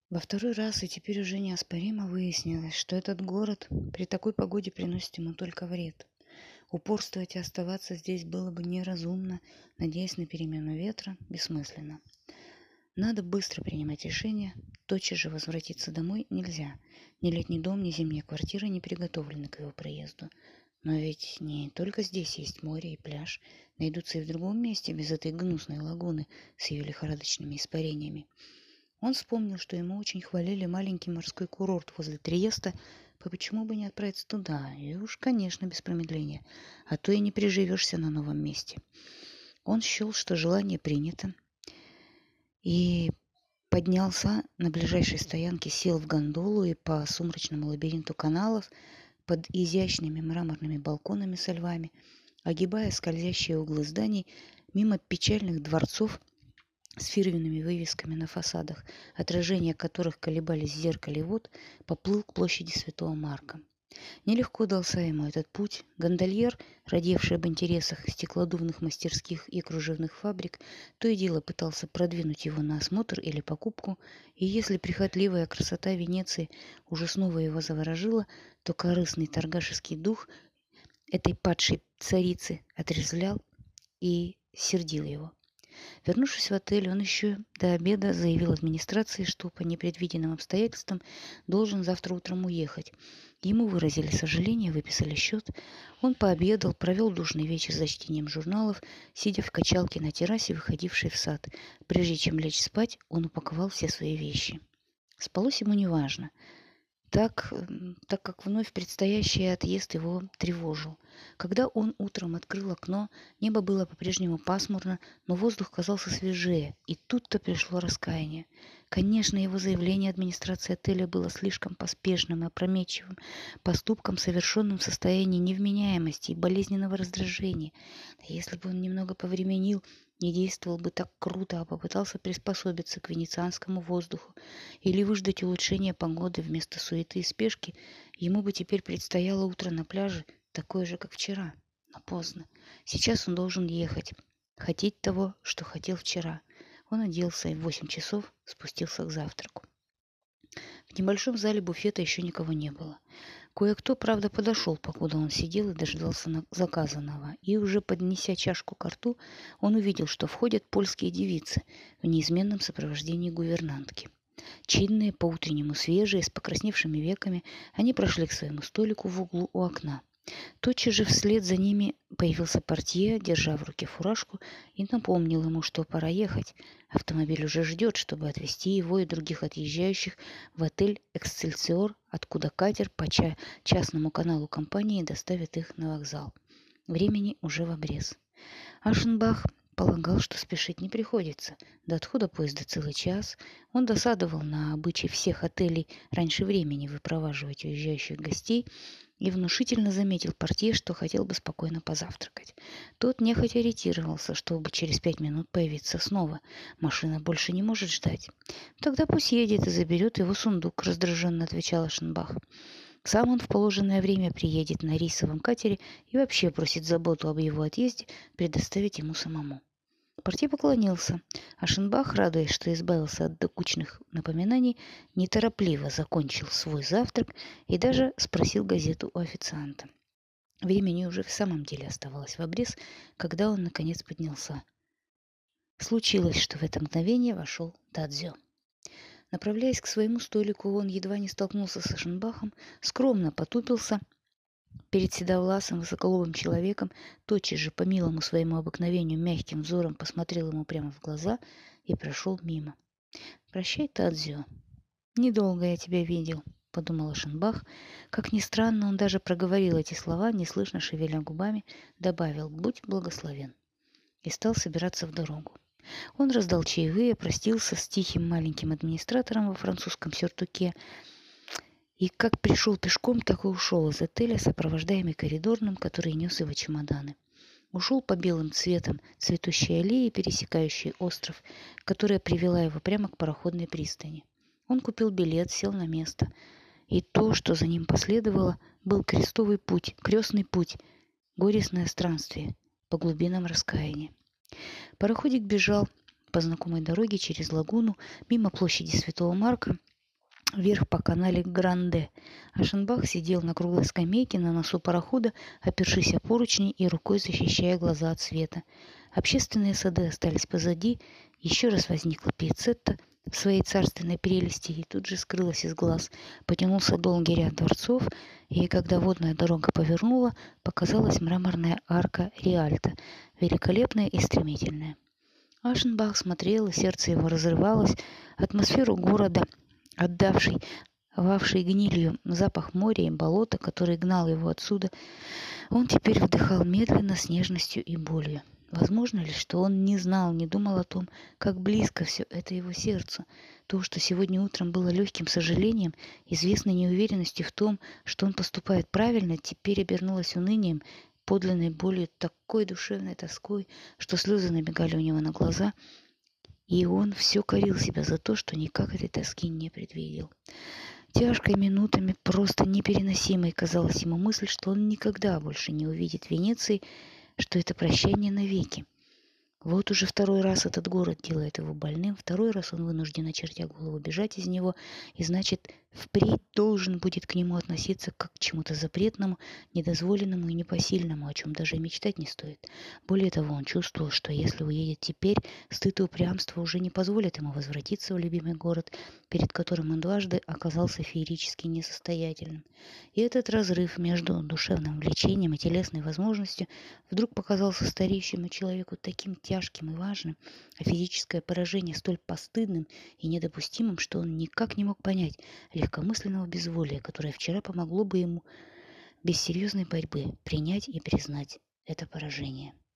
Во второй раз, и теперь уже неоспоримо выяснилось, что этот город при такой погоде приносит ему только вред. Упорствовать и оставаться здесь было бы неразумно, надеясь на перемену ветра, бессмысленно. Надо быстро принимать решение, тотчас же возвратиться домой нельзя. Ни летний дом, ни зимняя квартира не приготовлены к его проезду. Но ведь не только здесь есть море и пляж, найдутся и в другом месте без этой гнусной лагуны с ее лихорадочными испарениями. Он вспомнил, что ему очень хвалили маленький морской курорт возле Триеста, почему бы не отправиться туда, и уж, конечно, без промедления, а то и не приживешься на новом месте. Он счел, что желание принято, и поднялся на ближайшей стоянке, сел в гондолу и по сумрачному лабиринту каналов под изящными мраморными балконами со львами, огибая скользящие углы зданий, мимо печальных дворцов с фирменными вывесками на фасадах, отражения которых колебались в зеркале вод, поплыл к площади Святого Марка. Нелегко дался ему этот путь. Гондольер, родивший об интересах стеклодувных мастерских и кружевных фабрик, то и дело пытался продвинуть его на осмотр или покупку, и если прихотливая красота Венеции уже снова его заворожила, то корыстный торгашеский дух этой падшей царицы отрезвлял и сердил его. Вернувшись в отель, он еще до обеда заявил администрации, что по непредвиденным обстоятельствам должен завтра утром уехать. Ему выразили сожаление, выписали счет. Он пообедал, провел душный вечер за чтением журналов, сидя в качалке на террасе, выходившей в сад. Прежде чем лечь спать, он упаковал все свои вещи. Спалось ему неважно, так как вновь предстоящий отъезд его тревожил. Когда он утром открыл окно, небо было по-прежнему пасмурно, но воздух казался свежее, и тут-то пришло раскаяние. Конечно, его заявление администрации отеля было слишком поспешным и опрометчивым, поступком, совершенным в состоянии невменяемости и болезненного раздражения. Если бы он немного повременил, не действовал бы так круто, а попытался приспособиться к венецианскому воздуху или выждать улучшения погоды вместо суеты и спешки, ему бы теперь предстояло утро на пляже, такое же, как вчера. Но поздно. Сейчас он должен ехать. Хотеть того, что хотел вчера. Он оделся и в 8 часов спустился к завтраку. В небольшом зале буфета еще никого не было. Кое-кто, правда, подошел, покуда он сидел и дожидался заказанного, и уже поднеся чашку к рту, он увидел, что входят польские девицы в неизменном сопровождении гувернантки. Чинные, по-утреннему свежие, с покрасневшими веками, они прошли к своему столику в углу у окна. Тотчас же вслед за ними появился портье, держа в руке фуражку, и напомнил ему, что пора ехать. Автомобиль уже ждет, чтобы отвезти его и других отъезжающих в отель «Эксцельсиор», откуда катер по частному каналу компании доставит их на вокзал. Времени уже в обрез. Ашенбах полагал, что спешить не приходится. До отхода поезда целый час. Он досадовал на обычай всех отелей раньше времени выпроваживать уезжающих гостей и внушительно заметил портье, что хотел бы спокойно позавтракать. Тот нехотя ретировался, чтобы через 5 минут появиться снова. Машина больше не может ждать. Тогда пусть едет и заберет его сундук, раздраженно отвечал Ашенбах. Сам он в положенное время приедет на рейсовом катере и вообще просит заботу об его отъезде предоставить ему самому. Портье поклонился. Ашенбах, радуясь, что избавился от докучных напоминаний, неторопливо закончил свой завтрак и даже спросил газету у официанта. Времени уже в самом деле оставалось в обрез, когда он наконец поднялся. Случилось, что в это мгновение вошел Дадзё. Направляясь к своему столику, он едва не столкнулся с Ашенбахом, скромно потупился перед седовласым высоколобым человеком, тотчас же по милому своему обыкновению мягким взором посмотрел ему прямо в глаза и прошел мимо. «Прощай, Тадзио. Недолго я тебя видел», — подумал Ашенбах. Как ни странно, он даже проговорил эти слова, неслышно шевеля губами, добавил «Будь благословен» и стал собираться в дорогу. Он раздал чаевые, простился с тихим маленьким администратором во французском сюртуке, и как пришел пешком, так и ушел из отеля, сопровождаемый коридорным, который нес его чемоданы. Ушел по белым цветам цветущей аллеи, пересекающей остров, которая привела его прямо к пароходной пристани. Он купил билет, сел на место. И то, что за ним последовало, был крестовый путь, крестный путь, горестное странствие по глубинам раскаяния. Пароходик бежал по знакомой дороге через лагуну, мимо площади Святого Марка, вверх по канале Гранде. Ашенбах сидел на круглой скамейке на носу парохода, опершись о поручни и рукой защищая глаза от света. Общественные сады остались позади, еще раз возникла Пьяцетта в своей царственной прелести и тут же скрылась из глаз. Потянулся долгий ряд дворцов, и когда водная дорога повернула, показалась мраморная арка Риальто, великолепная и стремительная. Ашенбах смотрел, и сердце его разрывалось. Атмосферу города, отдавший гнилью запах моря и болота, который гнал его отсюда, он теперь вдыхал медленно, с нежностью и болью. Возможно ли, что он не знал, не думал о том, как близко все это его сердцу? То, что сегодня утром было легким сожалением, известной неуверенностью в том, что он поступает правильно, теперь обернулось унынием, подлинной болью, такой душевной тоской, что слезы набегали у него на глаза, и он все корил себя за то, что никак этой тоски не предвидел. Тяжкой минутами, просто непереносимой казалась ему мысль, что он никогда больше не увидит Венеции, что это прощание навеки. Вот уже второй раз этот город делает его больным, второй раз он вынужден, очертя голову, бежать из него, и значит, впредь должен будет к нему относиться как к чему-то запретному, недозволенному и непосильному, о чем даже и мечтать не стоит. Более того, он чувствовал, что если уедет теперь, стыд и упрямство уже не позволят ему возвратиться в любимый город, перед которым он дважды оказался феерически несостоятельным. И этот разрыв между душевным влечением и телесной возможностью вдруг показался стареющему человеку таким тяжким и важным, а физическое поражение столь постыдным и недопустимым, что он никак не мог понять легкомысленного безволия, которое вчера помогло бы ему без серьезной борьбы принять и признать это поражение.